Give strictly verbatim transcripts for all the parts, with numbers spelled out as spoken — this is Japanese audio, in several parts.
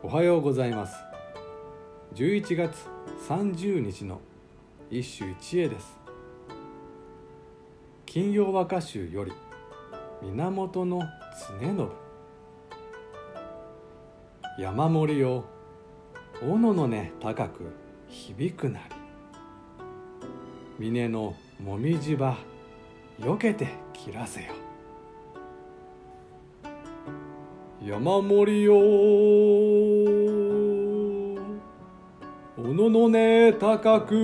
おはようございます。じゅういちがつさんじゅうにちの一首一会です。金曜和歌集より源常信。山森よ斧の音高く響くなり、峰のもみじばよけて切らせよ。山森よ斧の音高く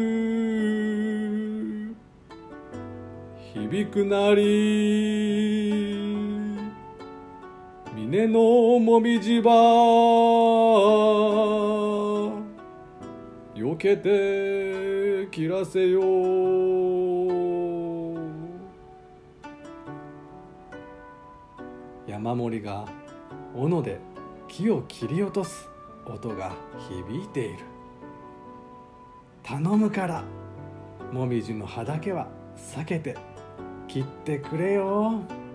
響くなり、峰のもみじばよけて切らせよ。山森が斧で木を切り落とす音が響いている。頼むからもみじの葉だけは避けて切ってくれよ。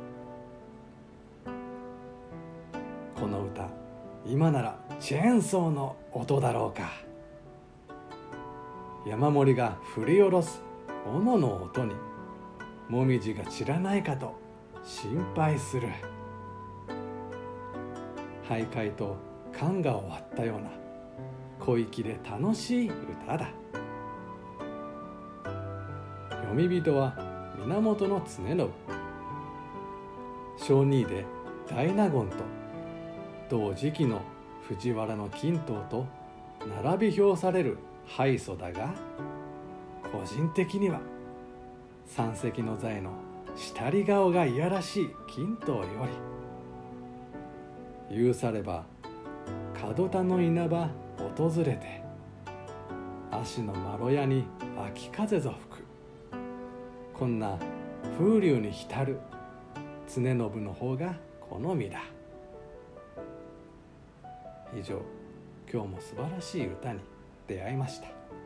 この歌、今ならチェーンソーの音だろうか。山森が振り下ろす斧の音にもみじが散らないかと心配する。徘徊と感が終わったような小粋で楽しい歌だ。読み人は源常信。小二で大納言と同時期の藤原の金刀と並び評される敗訴だが、個人的には三隻の座へのしたり顔がいやらしい金刀より、言うされば門田の稲葉訪れて足のまろやに秋風ぞ吹く、こんな風流に浸る常信の方が好みだ。以上、今日も素晴らしい歌に出会いました。